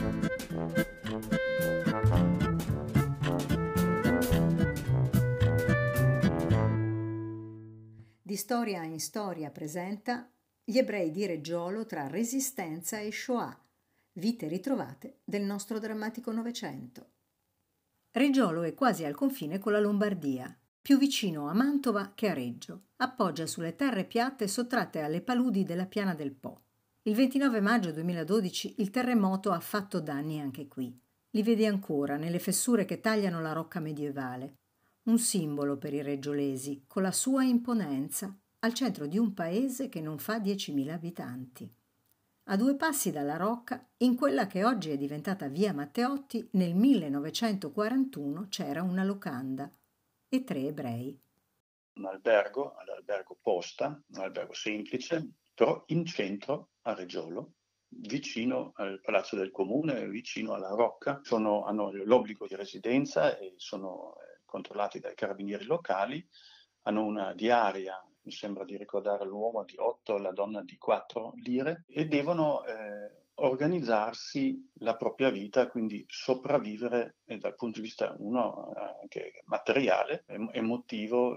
Di Storia in Storia presenta Gli ebrei di Reggiolo tra Resistenza e Shoah, vite ritrovate del nostro drammatico Novecento. Reggiolo è quasi al confine con la Lombardia, più vicino a Mantova che a Reggio. Appoggia sulle terre piatte sottratte alle paludi della Piana del Po. Il 29 maggio 2012 il terremoto ha fatto danni anche qui. Li vedi ancora nelle fessure che tagliano la rocca medievale. Un simbolo per i reggiolesi, con la sua imponenza, al centro di un paese che non fa 10.000 abitanti. A 2 passi dalla rocca, in quella che oggi è diventata via Matteotti, nel 1941 c'era una locanda e 3 ebrei. Un albergo, l'albergo Posta, un albergo semplice, però in centro a Reggiolo, vicino al Palazzo del Comune, vicino alla Rocca. Hanno l'obbligo di residenza e sono controllati dai carabinieri locali, hanno una diaria, mi sembra di ricordare, l'uomo di 8, la donna di 4 lire, e devono organizzarsi la propria vita, quindi sopravvivere dal punto di vista anche materiale, emotivo,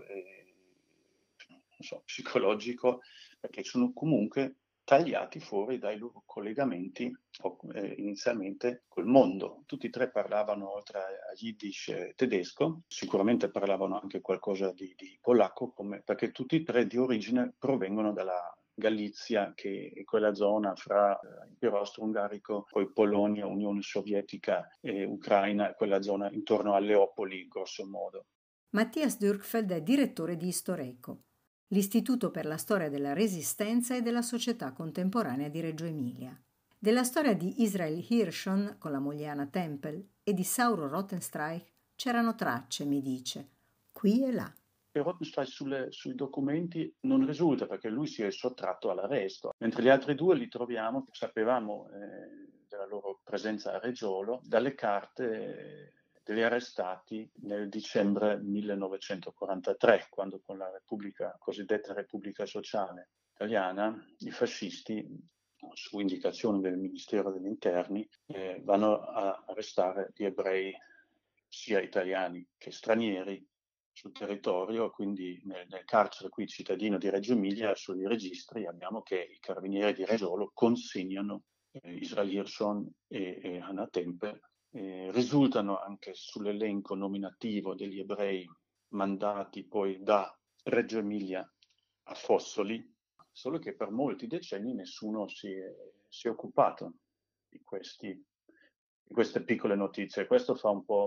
psicologico, perché sono comunque tagliati fuori dai loro collegamenti inizialmente col mondo. Tutti e 3 parlavano, oltre a Yiddish e tedesco, sicuramente parlavano anche qualcosa di polacco, perché tutti e 3 di origine provengono dalla Galizia, che è quella zona fra Impero Austro-Ungarico, poi Polonia, Unione Sovietica e Ucraina, quella zona intorno a Leopoli, grosso modo. Mattias Dürkfeld è direttore di Istoreco, l'Istituto per la storia della Resistenza e della società contemporanea di Reggio Emilia. Della storia di Israel Hirschon con la moglie Anna Tempel e di Sauro Rothenstreich c'erano tracce, mi dice, qui e là. E Rothenstreich sui documenti non risulta, perché lui si è sottratto all'arresto, mentre gli altri 2 li troviamo, sapevamo della loro presenza a Reggiolo, dalle carte degli arrestati nel dicembre 1943, quando con la cosiddetta Repubblica Sociale Italiana, i fascisti, su indicazione del Ministero degli Interni, vanno a arrestare gli ebrei, sia italiani che stranieri, sul territorio. Quindi nel carcere qui cittadino di Reggio Emilia, sui registri abbiamo che i carabinieri di Reggiolo consegnano Israel Hirschon e Anna Tempe. Risultano anche sull'elenco nominativo degli ebrei mandati poi da Reggio Emilia a Fossoli, solo che per molti decenni nessuno si è occupato di queste piccole notizie. Questo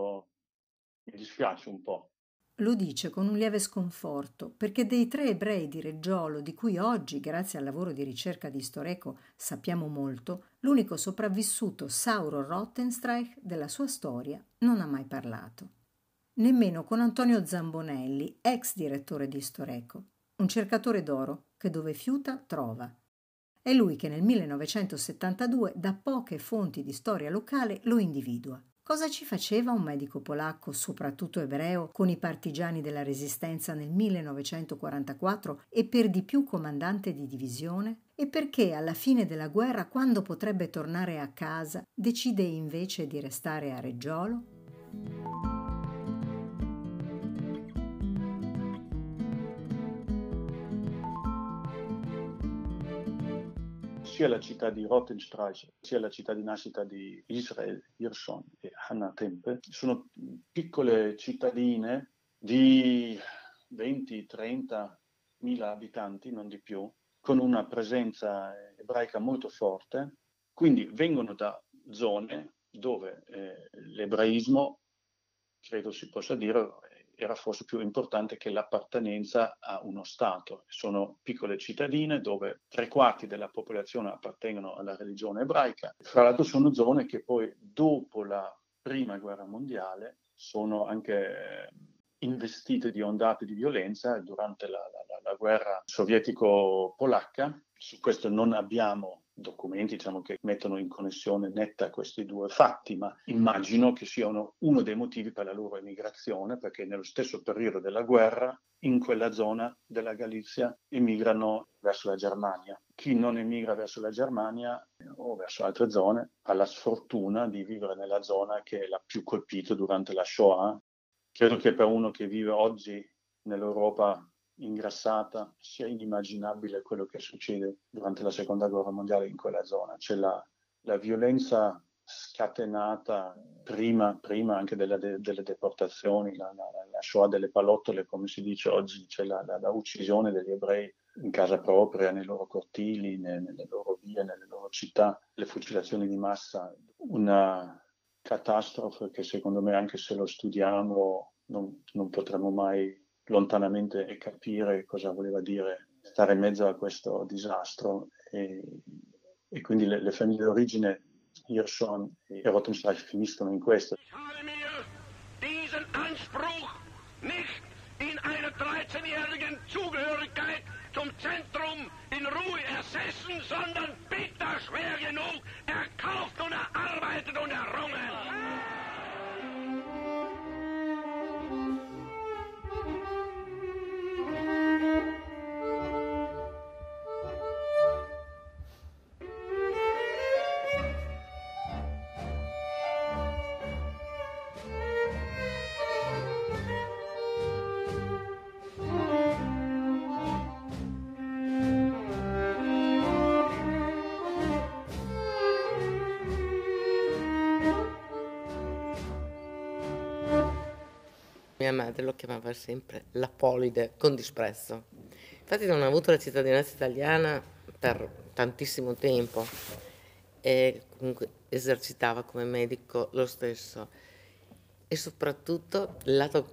mi dispiace un po'. Lo dice con un lieve sconforto, perché dei 3 ebrei di Reggiolo, di cui oggi, grazie al lavoro di ricerca di Istoreco, sappiamo molto, l'unico sopravvissuto, Sauro Rothenstreich, della sua storia non ha mai parlato. Nemmeno con Antonio Zambonelli, ex direttore di Istoreco, un cercatore d'oro che dove fiuta trova. È lui che nel 1972, da poche fonti di storia locale, lo individua. Cosa ci faceva un medico polacco, soprattutto ebreo, con i partigiani della Resistenza nel 1944 e per di più comandante di divisione? E perché alla fine della guerra, quando potrebbe tornare a casa, decide invece di restare a Reggiolo? Sia la città di Rothenstreich, sia la città di nascita di Israel Hirschon e Hannah Tempe sono piccole cittadine di 20-30 mila abitanti, non di più, con una presenza ebraica molto forte. Quindi vengono da zone dove l'ebraismo, credo si possa dire, era forse più importante che l'appartenenza a uno Stato. Sono piccole cittadine dove 3/4 della popolazione appartengono alla religione ebraica. Fra l'altro sono zone che poi, dopo la Prima Guerra Mondiale, sono anche investite di ondate di violenza durante la guerra sovietico-polacca. Su questo non abbiamo documenti, diciamo, che mettono in connessione netta questi due fatti, ma immagino che siano uno dei motivi per la loro emigrazione, perché nello stesso periodo della guerra in quella zona della Galizia emigrano verso la Germania. Chi non emigra verso la Germania o verso altre zone ha la sfortuna di vivere nella zona che l'ha più colpito durante la Shoah. Credo che per uno che vive oggi nell'Europa ingrassata sia inimmaginabile quello che succede durante la seconda guerra mondiale in quella zona. C'è la violenza scatenata prima anche delle deportazioni, la Shoah delle pallottole, come si dice oggi, c'è la uccisione degli ebrei in casa propria, nei loro cortili, nelle loro vie, nelle loro città, le fucilazioni di massa, una catastrofe che secondo me, anche se lo studiamo, non potremo mai lontanamente capire cosa voleva dire stare in mezzo a questo disastro, e quindi le famiglie d'origine, Hirschhorn e Rothenstein, finiscono in questo. Ich habe mir diesen Anspruch nicht in einer 13-jährigen Zugehörigkeit zum Zentrum in Ruhe ersessen, sondern bitter schwer genug erkauft und erarbeitet und errungen. Mia madre lo chiamava sempre la Polide con disprezzo. Infatti non ha avuto la cittadinanza italiana per tantissimo tempo e comunque esercitava come medico lo stesso. E soprattutto il lato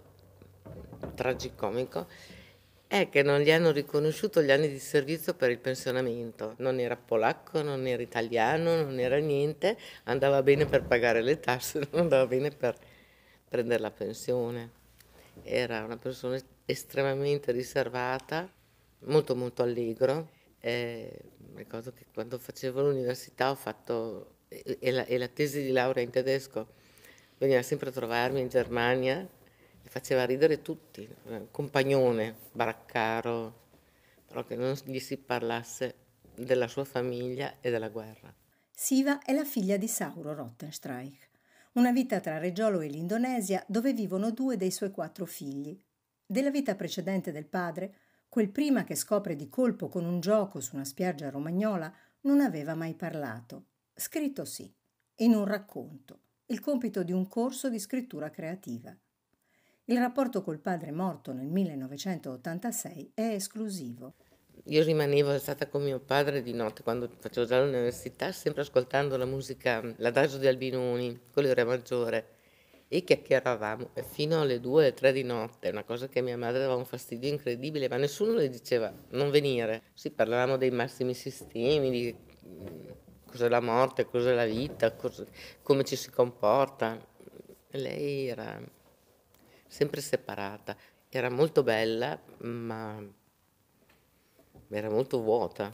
tragicomico è che non gli hanno riconosciuto gli anni di servizio per il pensionamento. Non era polacco, non era italiano, non era niente, andava bene per pagare le tasse, non andava bene per prendere la pensione. Era una persona estremamente riservata, molto molto allegro. Ricordo che quando facevo l'università ho fatto e la tesi di laurea in tedesco, veniva sempre a trovarmi in Germania e faceva ridere tutti, compagnone, baraccaro, però che non gli si parlasse della sua famiglia e della guerra. Siva è la figlia di Sauro Rothenstreich. Una vita tra Reggiolo e l'Indonesia dove vivono 2 dei suoi 4 figli. Della vita precedente del padre, quel prima che scopre di colpo con un gioco su una spiaggia romagnola, non aveva mai parlato. Scritto sì, in un racconto, il compito di un corso di scrittura creativa. Il rapporto col padre morto nel 1986 è esclusivo. Io rimanevo stata con mio padre di notte quando facevo già l'università, sempre ascoltando la musica, l'adagio di Albinoni, quello di Re maggiore, e chiacchieravamo fino alle 2, alle 3 di notte, una cosa che a mia madre dava un fastidio incredibile, ma nessuno le diceva non venire. Sì, parlavamo dei massimi sistemi, di cos'è la morte, cos'è la vita, come ci si comporta. E lei era sempre separata, era molto bella, ma era molto vuota.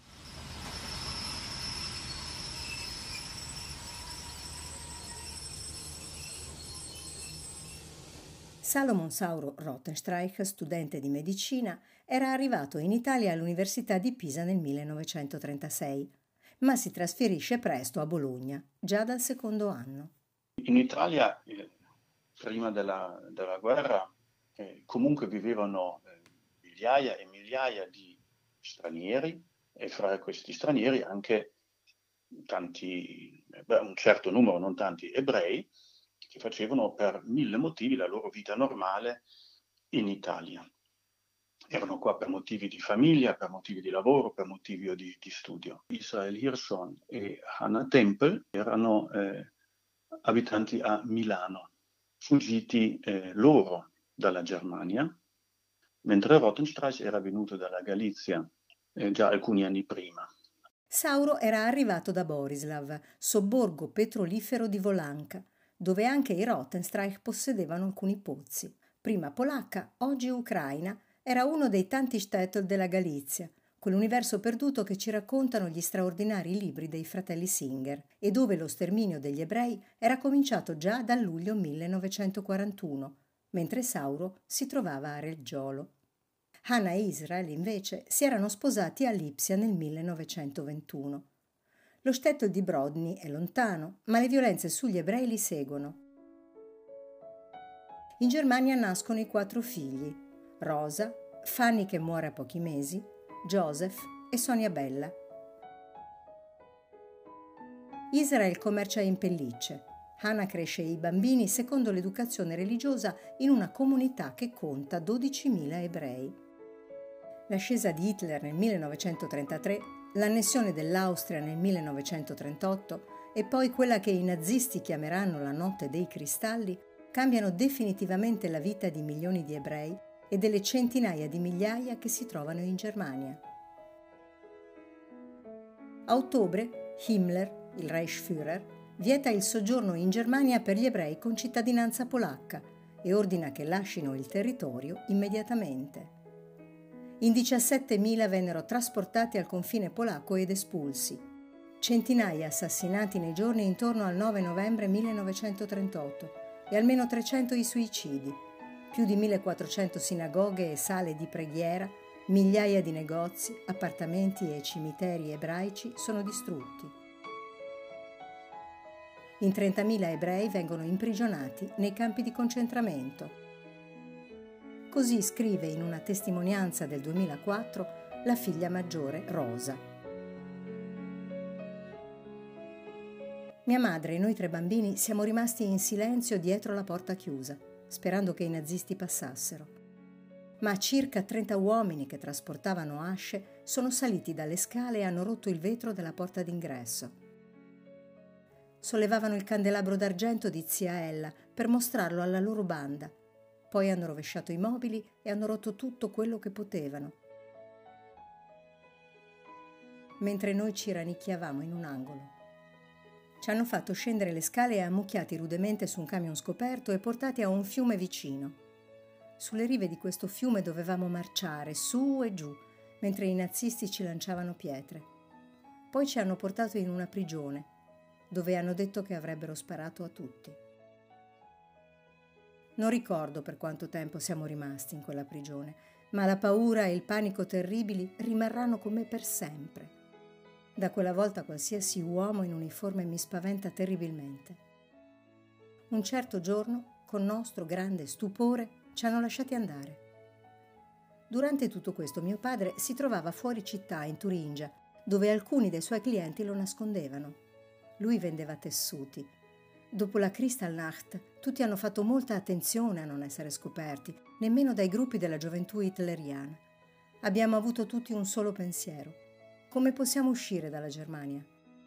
Salomon Sauro Rothenstreich, studente di medicina, era arrivato in Italia all'Università di Pisa nel 1936, ma si trasferisce presto a Bologna, già dal secondo anno. In Italia, prima della guerra, comunque vivevano migliaia e migliaia di stranieri, e fra questi stranieri anche tanti, un certo numero, non tanti, ebrei, che facevano per 1000 motivi la loro vita normale in Italia. Erano qua per motivi di famiglia, per motivi di lavoro, per motivi di studio. Israel Hirschhorn e Hannah Temple erano abitanti a Milano, fuggiti loro dalla Germania, mentre Rothenstreich era venuto dalla Galizia già alcuni anni prima. Sauro era arrivato da Borislav, sobborgo petrolifero di Volanka, dove anche i Rothenstreich possedevano alcuni pozzi. Prima polacca, oggi ucraina, era uno dei tanti shtetl della Galizia, quell'universo perduto che ci raccontano gli straordinari libri dei fratelli Singer e dove lo sterminio degli ebrei era cominciato già dal luglio 1941, mentre Sauro si trovava a Reggiolo. Hannah e Israel, invece, si erano sposati a Lipsia nel 1921. Lo shtetl di Brodny è lontano, ma le violenze sugli ebrei li seguono. In Germania nascono i 4 figli: Rosa, Fanny che muore a pochi mesi, Joseph e Sonia Bella. Israel commercia in pellicce. Hannah cresce i bambini secondo l'educazione religiosa in una comunità che conta 12.000 ebrei. L'ascesa di Hitler nel 1933, l'annessione dell'Austria nel 1938 e poi quella che i nazisti chiameranno la Notte dei Cristalli cambiano definitivamente la vita di milioni di ebrei e delle centinaia di migliaia che si trovano in Germania. A ottobre, Himmler, il Reichsführer, vieta il soggiorno in Germania per gli ebrei con cittadinanza polacca e ordina che lascino il territorio immediatamente. In 17.000 vennero trasportati al confine polacco ed espulsi. Centinaia assassinati nei giorni intorno al 9 novembre 1938 e almeno 300 i suicidi, più di 1.400 sinagoghe e sale di preghiera, migliaia di negozi, appartamenti e cimiteri ebraici sono distrutti. In 30.000 ebrei vengono imprigionati nei campi di concentramento. Così scrive in una testimonianza del 2004 la figlia maggiore Rosa. Mia madre e noi 3 bambini siamo rimasti in silenzio dietro la porta chiusa, sperando che i nazisti passassero. Ma circa 30 uomini che trasportavano asce sono saliti dalle scale e hanno rotto il vetro della porta d'ingresso. Sollevavano il candelabro d'argento di zia Ella per mostrarlo alla loro banda. Poi hanno rovesciato i mobili e hanno rotto tutto quello che potevano. Mentre noi ci rannicchiavamo in un angolo. Ci hanno fatto scendere le scale e ammucchiati rudemente su un camion scoperto e portati a un fiume vicino. Sulle rive di questo fiume dovevamo marciare su e giù, mentre i nazisti ci lanciavano pietre. Poi ci hanno portato in una prigione, dove hanno detto che avrebbero sparato a tutti. Non ricordo per quanto tempo siamo rimasti in quella prigione, ma la paura e il panico terribili rimarranno con me per sempre. Da quella volta qualsiasi uomo in uniforme mi spaventa terribilmente. Un certo giorno, con nostro grande stupore, ci hanno lasciati andare. Durante tutto questo mio padre si trovava fuori città, in Turingia, dove alcuni dei suoi clienti lo nascondevano. Lui vendeva tessuti. Dopo la Kristallnacht tutti hanno fatto molta attenzione a non essere scoperti, nemmeno dai gruppi della gioventù hitleriana. Abbiamo avuto tutti un solo pensiero: come possiamo uscire dalla Germania?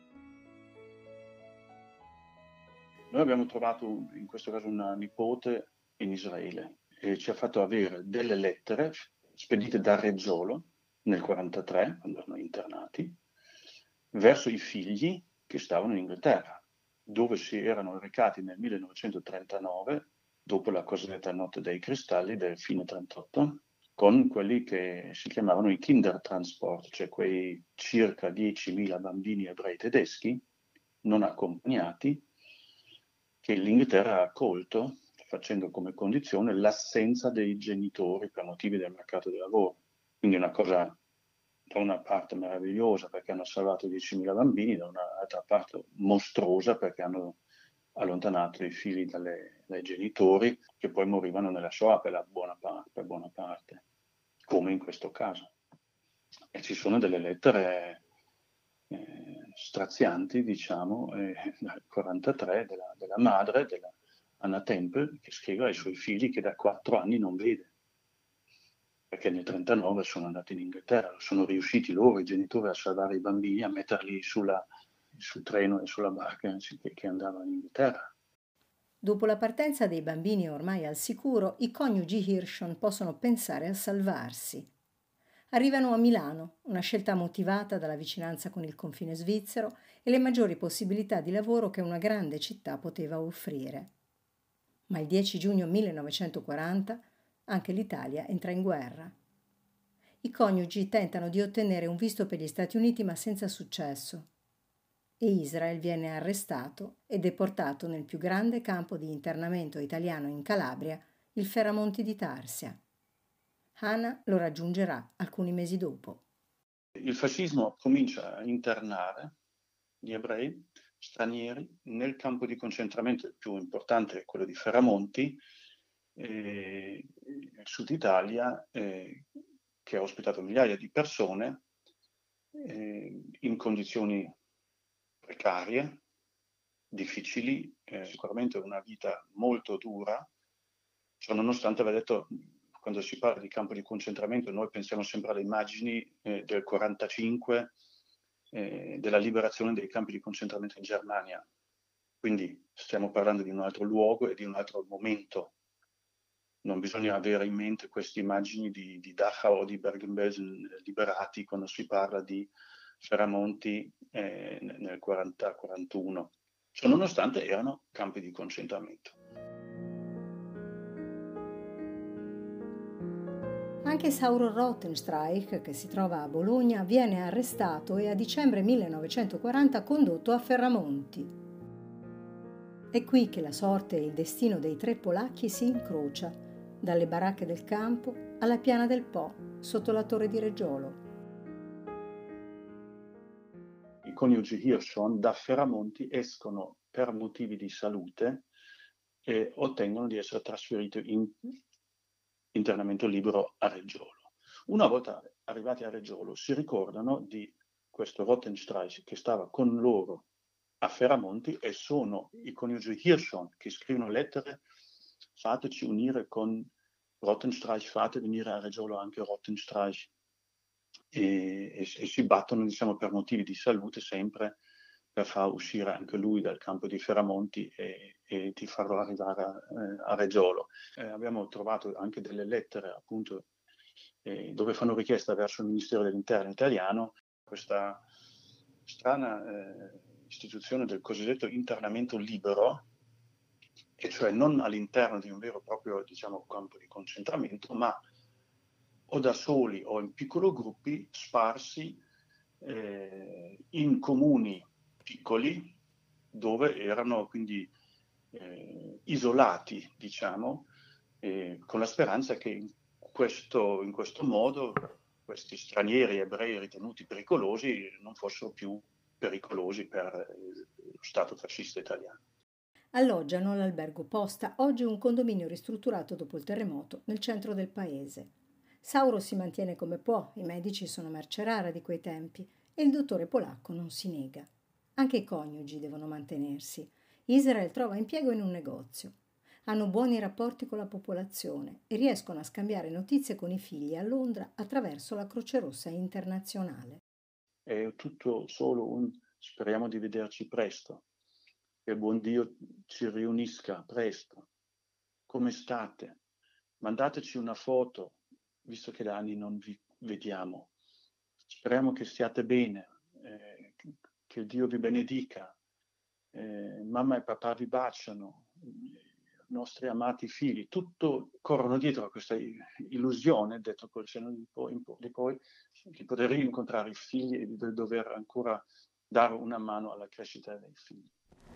Noi abbiamo trovato in questo caso una nipote in Israele e ci ha fatto avere delle lettere spedite da Reggiolo nel 1943, quando erano internati, verso i figli che stavano in Inghilterra, dove si erano recati nel 1939, dopo la cosiddetta Notte dei Cristalli del fine 1938, con quelli che si chiamavano i Kindertransport, cioè quei circa 10.000 bambini ebrei tedeschi non accompagnati che l'Inghilterra ha accolto, facendo come condizione l'assenza dei genitori per motivi del mercato del lavoro. Quindi una cosa da una parte meravigliosa perché hanno salvato 10.000 bambini, da un'altra parte mostruosa perché hanno allontanato i figli dai genitori che poi morivano nella Shoah per buona parte, come in questo caso. E ci sono delle lettere strazianti, diciamo, dal 1943 della madre, della Anna Temple, che scrive ai suoi figli che da 4 anni non vede. Perché nel 1939 sono andati in Inghilterra, sono riusciti loro, i genitori, a salvare i bambini, a metterli sul treno e sulla barca che andava in Inghilterra. Dopo la partenza dei bambini ormai al sicuro, i coniugi Hirschon possono pensare a salvarsi. Arrivano a Milano, una scelta motivata dalla vicinanza con il confine svizzero e le maggiori possibilità di lavoro che una grande città poteva offrire. Ma il 10 giugno 1940 anche l'Italia entra in guerra. I coniugi tentano di ottenere un visto per gli Stati Uniti ma senza successo e Israel viene arrestato e deportato nel più grande campo di internamento italiano in Calabria, il Ferramonti di Tarsia. Hannah lo raggiungerà alcuni mesi dopo. Il fascismo comincia a internare gli ebrei stranieri nel campo di concentramento, il più importante è quello di Ferramonti, Sud Italia, che ha ospitato migliaia di persone in condizioni precarie, difficili, sicuramente una vita molto dura. Ciò nonostante, aveva detto, quando si parla di campo di concentramento, noi pensiamo sempre alle immagini del 45, della liberazione dei campi di concentramento in Germania. Quindi stiamo parlando di un altro luogo e di un altro momento. Non bisogna avere in mente queste immagini di Dachau o di Bergen-Belsen liberati quando si parla di Ferramonti nel 40-41. Ciononostante erano campi di concentramento. Anche Sauro Rothenstreich, che si trova a Bologna, viene arrestato e a dicembre 1940 condotto a Ferramonti. È qui che la sorte e il destino dei 3 polacchi si incrocia, dalle baracche del campo alla piana del Po, sotto la torre di Reggiolo. I coniugi Hirschhorn da Ferramonti escono per motivi di salute e ottengono di essere trasferiti in internamento libero a Reggiolo. Una volta arrivati a Reggiolo si ricordano di questo Rothenstreich che stava con loro a Ferramonti e sono i coniugi Hirschhorn che scrivono lettere: fateci unire con Rothenstreich, fate venire a Reggiolo anche Rothenstreich, e si battono, diciamo, per motivi di salute sempre per far uscire anche lui dal campo di Ferramonti e di farlo arrivare a Reggiolo. Abbiamo trovato anche delle lettere, appunto, dove fanno richiesta verso il Ministero dell'Interno italiano questa strana istituzione del cosiddetto internamento libero, e cioè non all'interno di un vero e proprio, diciamo, campo di concentramento, ma o da soli o in piccoli gruppi sparsi in comuni piccoli, dove erano quindi isolati, diciamo, con la speranza che in questo modo questi stranieri ebrei ritenuti pericolosi non fossero più pericolosi per lo Stato fascista italiano. Alloggiano all'albergo Posta, oggi un condominio ristrutturato dopo il terremoto nel centro del paese. Sauro si mantiene come può, i medici sono merce rara di quei tempi e il dottore polacco non si nega. Anche i coniugi devono mantenersi. Israel trova impiego in un negozio. Hanno buoni rapporti con la popolazione e riescono a scambiare notizie con i figli a Londra attraverso la Croce Rossa Internazionale. È tutto solo speriamo di vederci presto, che il buon Dio ci riunisca presto. Come state? Mandateci una foto, visto che da anni non vi vediamo. Speriamo che stiate bene, che Dio vi benedica. Mamma e papà vi baciano, i nostri amati figli, tutto corrono dietro a questa illusione, detto col senno di poi, di poter incontrare i figli e di dover ancora dare una mano alla crescita dei figli.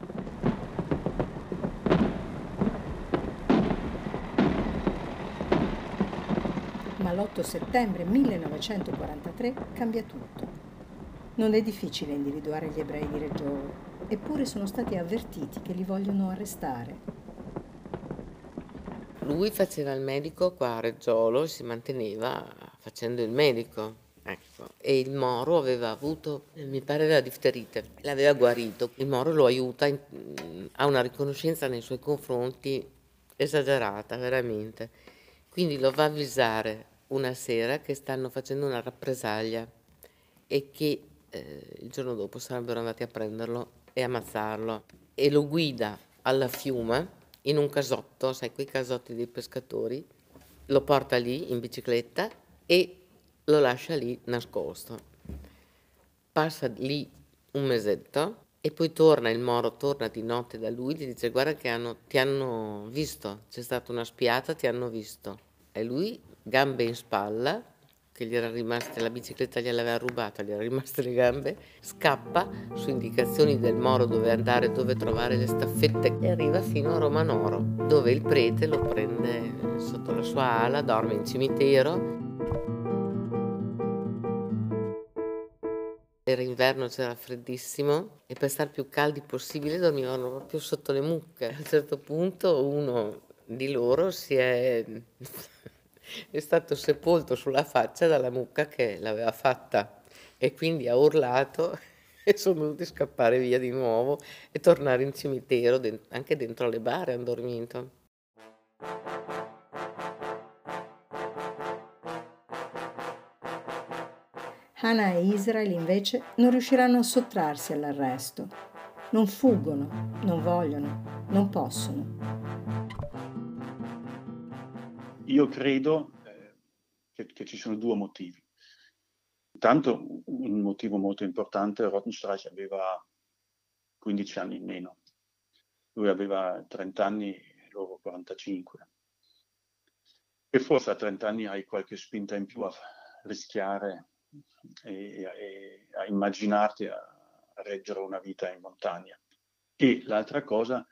Ma l'8 settembre 1943 cambia tutto. Non è difficile individuare gli ebrei di Reggiolo, eppure sono stati avvertiti che li vogliono arrestare. Lui faceva il medico qua a Reggiolo, si manteneva facendo il medico, ecco. E il Moro aveva avuto, mi pare, la difterite, l'aveva guarito. Il Moro lo aiuta, ha una riconoscenza nei suoi confronti esagerata, veramente. Quindi lo va a avvisare una sera che stanno facendo una rappresaglia e che il giorno dopo sarebbero andati a prenderlo e ammazzarlo. E lo guida alla Fiume in un casotto, sai, quei casotti dei pescatori, lo porta lì in bicicletta e lo lascia lì nascosto. Passa lì un mesetto e poi torna, il Moro torna di notte da lui, gli dice: guarda che ti hanno visto, c'è stata una spiata, ti hanno visto. E lui, gambe in spalla, che gli era rimasta, la bicicletta gliel'aveva rubata, gli erano rimaste le gambe, scappa su indicazioni del Moro dove andare, dove trovare le staffette e arriva fino a Romanoro, dove il prete lo prende sotto la sua ala, dorme in cimitero. Era inverno, c'era freddissimo e per star più caldi possibile dormivano proprio sotto le mucche. A un certo punto uno di loro è stato sepolto sulla faccia dalla mucca che l'aveva fatta e quindi ha urlato e sono dovuti scappare via di nuovo e tornare in cimitero, anche dentro le bare hanno dormito. Hannah e Israel invece non riusciranno a sottrarsi all'arresto. Non fuggono, non vogliono, non possono. Io credo che ci sono due motivi. Intanto un motivo molto importante: Rothenstreich aveva 15 anni in meno. Lui aveva 30 anni, loro 45. E forse a 30 anni hai qualche spinta in più a rischiare e a immaginarti a reggere una vita in montagna. E l'altra cosa,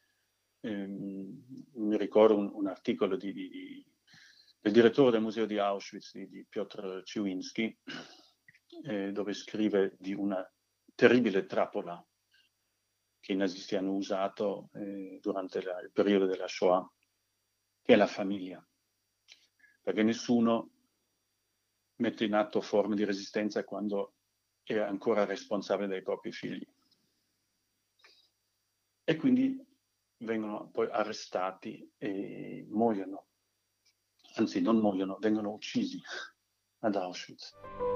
mi ricordo un articolo del direttore del museo di Auschwitz, di Piotr Ciwinski, dove scrive di una terribile trappola che i nazisti hanno usato durante il periodo della Shoah, che è la famiglia. Perché nessuno mette in atto forme di resistenza quando è ancora responsabile dei propri figli. E quindi vengono poi arrestati e muoiono. Anzi, non muoiono, vengono uccisi ad Auschwitz.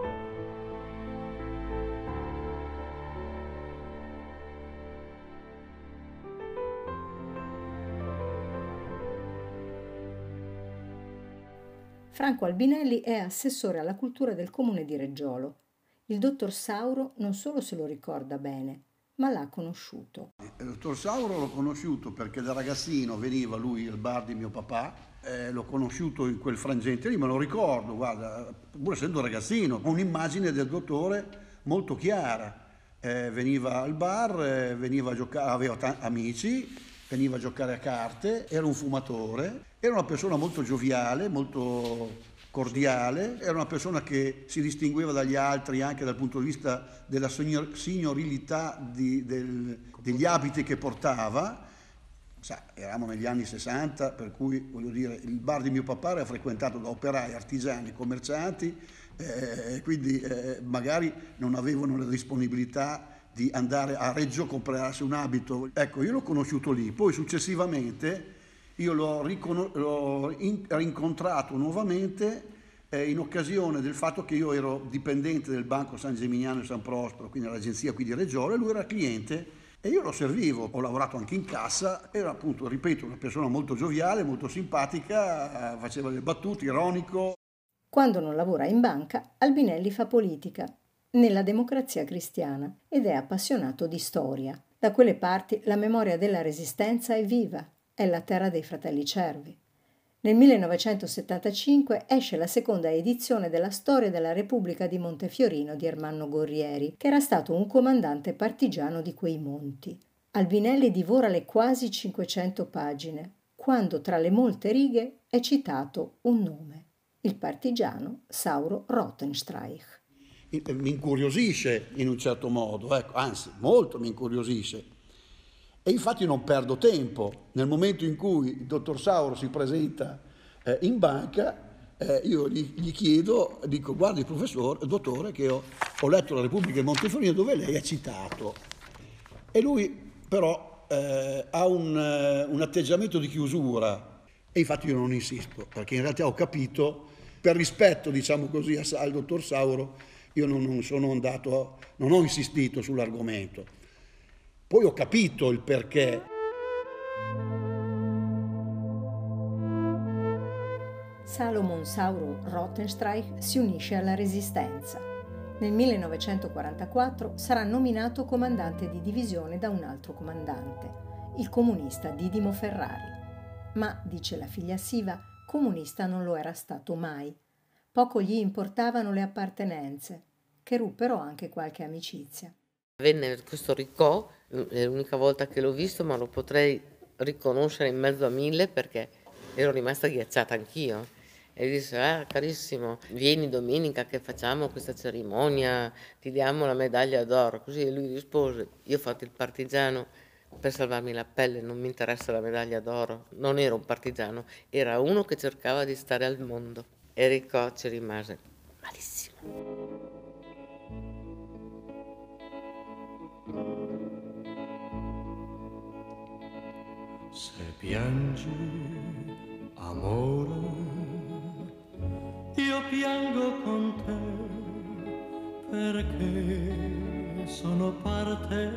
Franco Albinelli è assessore alla cultura del comune di Reggiolo. Il dottor Sauro non solo se lo ricorda bene, ma l'ha conosciuto. Il dottor Sauro l'ho conosciuto perché da ragazzino veniva lui al bar di mio papà, l'ho conosciuto in quel frangente lì, me lo ricordo, guarda, pur essendo ragazzino, ho un'immagine del dottore molto chiara. Veniva al bar, veniva a giocare, aveva amici, veniva a giocare a carte, era un fumatore, era una persona molto gioviale, molto cordiale, era una persona che si distingueva dagli altri anche dal punto di vista della signorilità degli abiti che portava. Eravamo negli anni 60, per cui voglio dire, il bar di mio papà era frequentato da operai, artigiani, commercianti, quindi magari non avevano la disponibilità di andare a Reggio a comprarsi un abito. Ecco, io l'ho conosciuto lì, poi successivamente io l'ho rincontrato nuovamente in occasione del fatto che io ero dipendente del Banco San Gimignano e San Prospero, quindi l'agenzia qui di Reggiolo, e lui era cliente e io lo servivo. Ho lavorato anche in cassa, era appunto, ripeto, una persona molto gioviale, molto simpatica, faceva delle battute, ironico. Quando non lavora in banca, Albinelli fa politica nella Democrazia Cristiana ed è appassionato di storia. Da quelle parti la memoria della Resistenza è viva, è la terra dei fratelli Cervi. Nel 1975 esce la seconda edizione della Storia della Repubblica di Montefiorino di Ermanno Gorrieri, che era stato un comandante partigiano di quei monti. Albinelli divora le quasi 500 pagine, quando tra le molte righe è citato un nome: il partigiano Sauro Rothenstreich. Mi incuriosisce in un certo modo, ecco, anzi molto mi incuriosisce. E infatti non perdo tempo. Nel momento in cui il dottor Sauro si presenta in banca, io gli chiedo, dico: guardi professore, dottore, che ho letto La Repubblica di Montefiorino dove lei è citato. E lui però ha un atteggiamento di chiusura, e infatti io non insisto, perché in realtà ho capito, per rispetto, diciamo così, al dottor Sauro, io non ho insistito sull'argomento. Poi ho capito il perché. Salomon Sauro Rothenstreich si unisce alla Resistenza. Nel 1944 sarà nominato comandante di divisione da un altro comandante, il comunista Didimo Ferrari. Ma, dice la figlia Siva, comunista non lo era stato mai. Poco gli importavano le appartenenze, che ruppero anche qualche amicizia. Venne questo Ricò, è l'unica volta che l'ho visto, ma lo potrei riconoscere in mezzo a mille perché ero rimasta ghiacciata anch'io. E disse, carissimo, vieni domenica che facciamo questa cerimonia, ti diamo la medaglia d'oro. Così lui rispose, io ho fatto il partigiano per salvarmi la pelle, non mi interessa la medaglia d'oro. Non ero un partigiano, era uno che cercava di stare al mondo. E Ricò ci rimase malissimo. Se piangi, amore, io piango con te, perché sono parte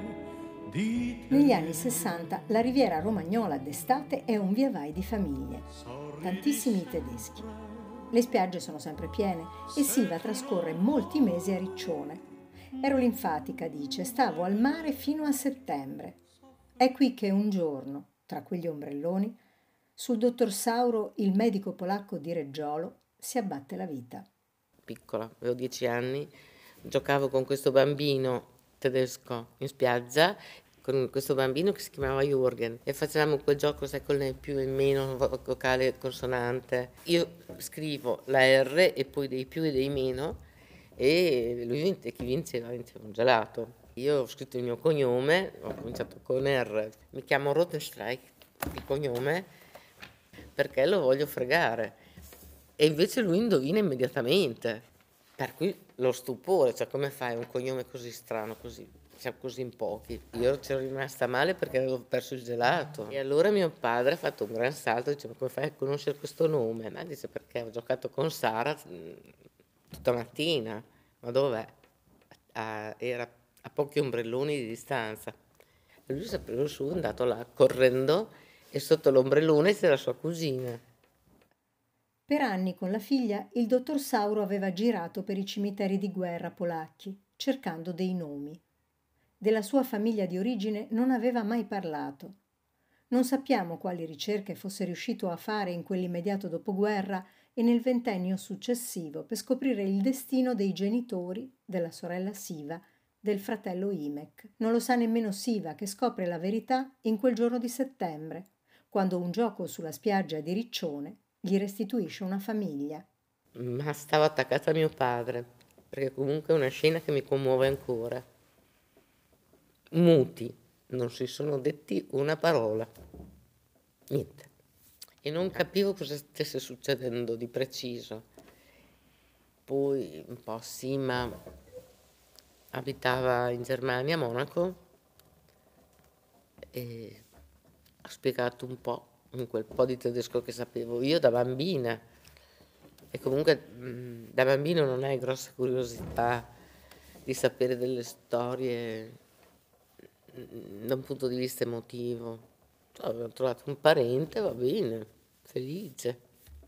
di te. Negli anni 60 la Riviera Romagnola d'estate è un via vai di famiglie, tantissimi tedeschi. Le spiagge sono sempre piene e Siva trascorre molti mesi a Riccione. Ero linfatica, dice, stavo al mare fino a settembre. È qui che un giorno, tra quegli ombrelloni, sul dottor Sauro, il medico polacco di Reggiolo, si abbatte la vita. Piccola, avevo 10 anni, giocavo con questo bambino tedesco in spiaggia, con questo bambino che si chiamava Jürgen, e facevamo quel gioco, sai, con il più e il meno, vocale e consonante. Io scrivo la R e poi dei più e dei meno, e lui chi vinceva un gelato. Io ho scritto il mio cognome, ho cominciato con R, mi chiamo Rothenstreich, il cognome, perché lo voglio fregare. E invece lui indovina immediatamente, per cui lo stupore, cioè come fai un cognome così strano, così, siamo così in pochi. Io c'ero rimasta male perché avevo perso il gelato. E allora mio padre ha fatto un gran salto, dice, ma come fai a conoscere questo nome? Ma dice, perché ho giocato con Sara tutta mattina. Ma dov'è? Era a pochi ombrelloni di distanza. E lui si è preso su, è andato là correndo e sotto l'ombrellone c'era sua cugina. Per anni con la figlia il dottor Sauro aveva girato per i cimiteri di guerra polacchi, cercando dei nomi. Della sua famiglia di origine non aveva mai parlato. Non sappiamo quali ricerche fosse riuscito a fare in quell'immediato dopoguerra e nel ventennio successivo per scoprire il destino dei genitori, della sorella Siva, del fratello Imek. Non lo sa nemmeno Siva, che scopre la verità in quel giorno di settembre, quando un gioco sulla spiaggia di Riccione gli restituisce una famiglia. Ma stavo attaccata a mio padre, perché comunque è una scena che mi commuove ancora. Muti, non si sono detti una parola, niente. E non capivo cosa stesse succedendo di preciso. Poi un po' sì, ma abitava in Germania, a Monaco, e ho spiegato un po', in quel po' di tedesco che sapevo io da bambina. E comunque da bambino non hai grossa curiosità di sapere delle storie da un punto di vista emotivo. Avevo trovato un parente, va bene, felice.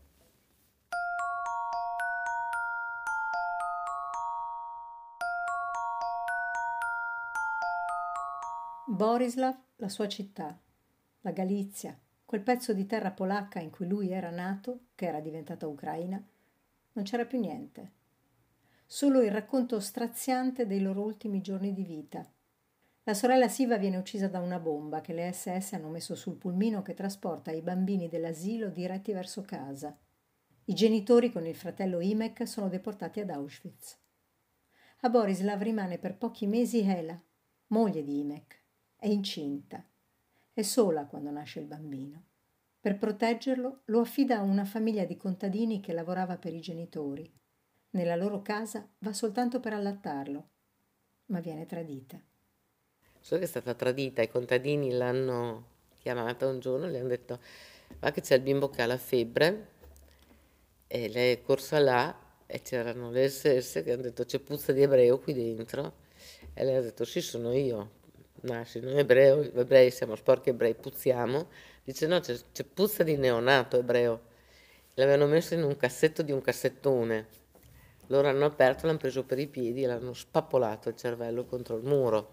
Borislav, la sua città, la Galizia, quel pezzo di terra polacca in cui lui era nato, che era diventata Ucraina, non c'era più niente. Solo il racconto straziante dei loro ultimi giorni di vita. La sorella Siva viene uccisa da una bomba che le SS hanno messo sul pulmino che trasporta i bambini dell'asilo diretti verso casa. I genitori con il fratello Imek sono deportati ad Auschwitz. A Borislav rimane per pochi mesi Hela, moglie di Imek. È incinta. È sola quando nasce il bambino. Per proteggerlo lo affida a una famiglia di contadini che lavorava per i genitori. Nella loro casa va soltanto per allattarlo, ma viene tradita. So che è stata tradita, i contadini l'hanno chiamata un giorno e le hanno detto va che c'è il bimbo che ha la febbre, e lei è corsa là e c'erano le SS che hanno detto c'è puzza di ebreo qui dentro, e lei ha detto sì, sono io. No, se noi ebrei siamo sporchi ebrei, puzziamo. Dice no, c'è puzza di neonato ebreo. L'avevano messo in un cassetto di un cassettone. Loro hanno aperto, l'hanno preso per i piedi e l'hanno spappolato il cervello contro il muro.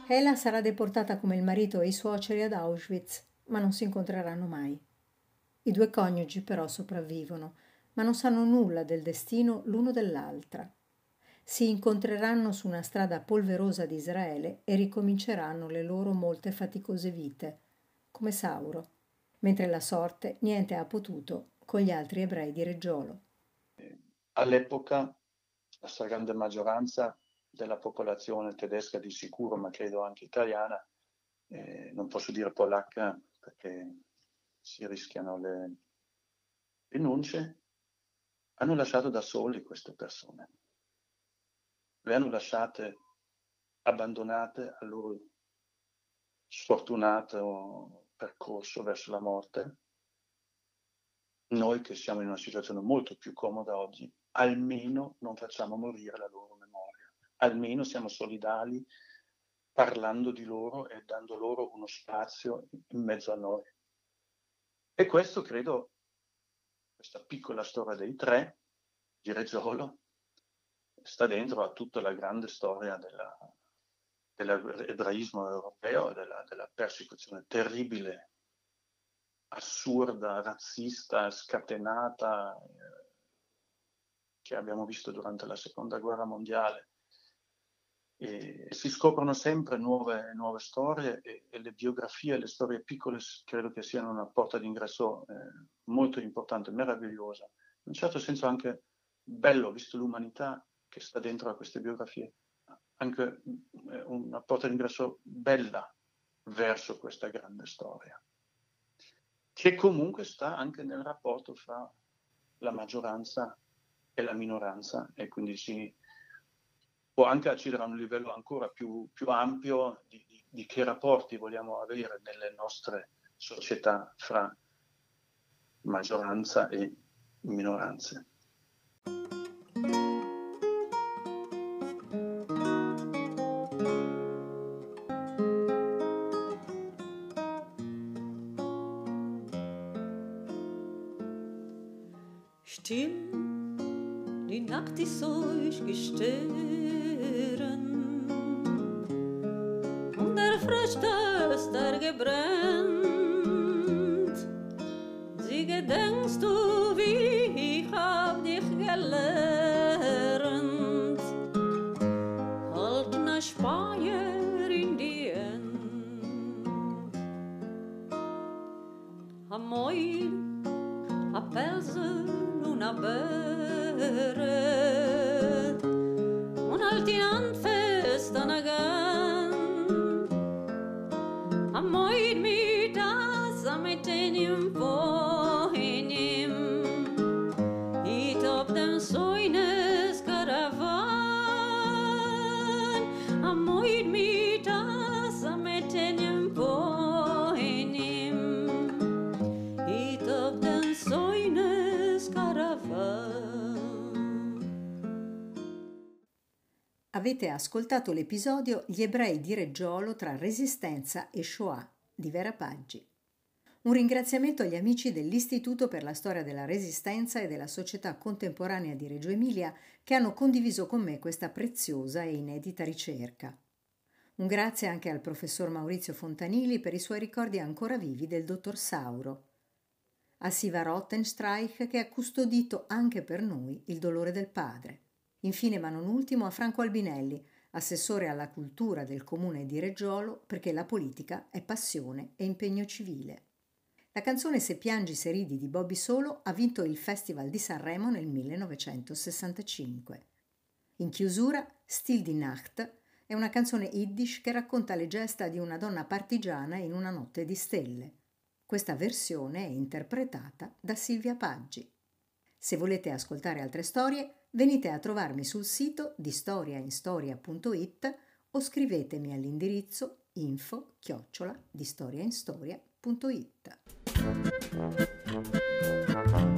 Hela sarà deportata come il marito e i suoceri ad Auschwitz, ma non si incontreranno mai. I due coniugi però sopravvivono, ma non sanno nulla del destino l'uno dell'altra. Si incontreranno su una strada polverosa di Israele e ricominceranno le loro molte faticose vite, come Sauro, mentre la sorte niente ha potuto con gli altri ebrei di Reggiolo. All'epoca la stragrande maggioranza della popolazione tedesca di sicuro, ma credo anche italiana, non posso dire polacca perché si rischiano le denunce, hanno lasciato da soli queste persone. Le hanno lasciate abbandonate al loro sfortunato percorso verso la morte. Noi che siamo in una situazione molto più comoda oggi, almeno non facciamo morire la loro memoria, almeno siamo solidali parlando di loro e dando loro uno spazio in mezzo a noi. E questo credo, questa piccola storia dei tre di Reggiolo, sta dentro a tutta la grande storia dell'ebraismo europeo, della persecuzione terribile, assurda, razzista, scatenata, che abbiamo visto durante la Seconda Guerra Mondiale. E si scoprono sempre nuove storie e le biografie, le storie piccole credo che siano una porta d'ingresso molto importante, meravigliosa. In un certo senso anche bello, visto l'umanità che sta dentro a queste biografie, anche una porta d'ingresso bella verso questa grande storia, che comunque sta anche nel rapporto fra la maggioranza e la minoranza, e quindi si può anche accedere a un livello ancora più ampio di che rapporti vogliamo avere nelle nostre società fra maggioranza e minoranze. Still, die Nacht ist durchgestochen und der Frühstöster gebrannt. Sie gedenkst du, wie ich hab dich gelernt. Halt ne Speier in die Hand. A Moil, a Pelsen, una beret un altinant fest anagan a moid mi das ametenium poenim it op dem soines caravan a moid mi das ametenium poenim it op dem soines Avete ascoltato l'episodio Gli ebrei di Reggiolo tra Resistenza e Shoah di Vera Paggi. Un ringraziamento agli amici dell'Istituto per la Storia della Resistenza e della Società Contemporanea di Reggio Emilia che hanno condiviso con me questa preziosa e inedita ricerca. Un grazie anche al professor Maurizio Fontanili per i suoi ricordi ancora vivi del dottor Sauro. A Siva Rottenstreich che ha custodito anche per noi il dolore del padre. Infine, ma non ultimo, a Franco Albinelli, assessore alla cultura del comune di Reggiolo, perché la politica è passione e impegno civile. La canzone Se piangi se ridi di Bobby Solo ha vinto il Festival di Sanremo nel 1965. In chiusura, Stil die Nacht è una canzone yiddish che racconta le gesta di una donna partigiana in una notte di stelle. Questa versione è interpretata da Silvia Paggi. Se volete ascoltare altre storie, venite a trovarmi sul sito di storiainstoria.it o scrivetemi all'indirizzo info@distoriainstoria.it.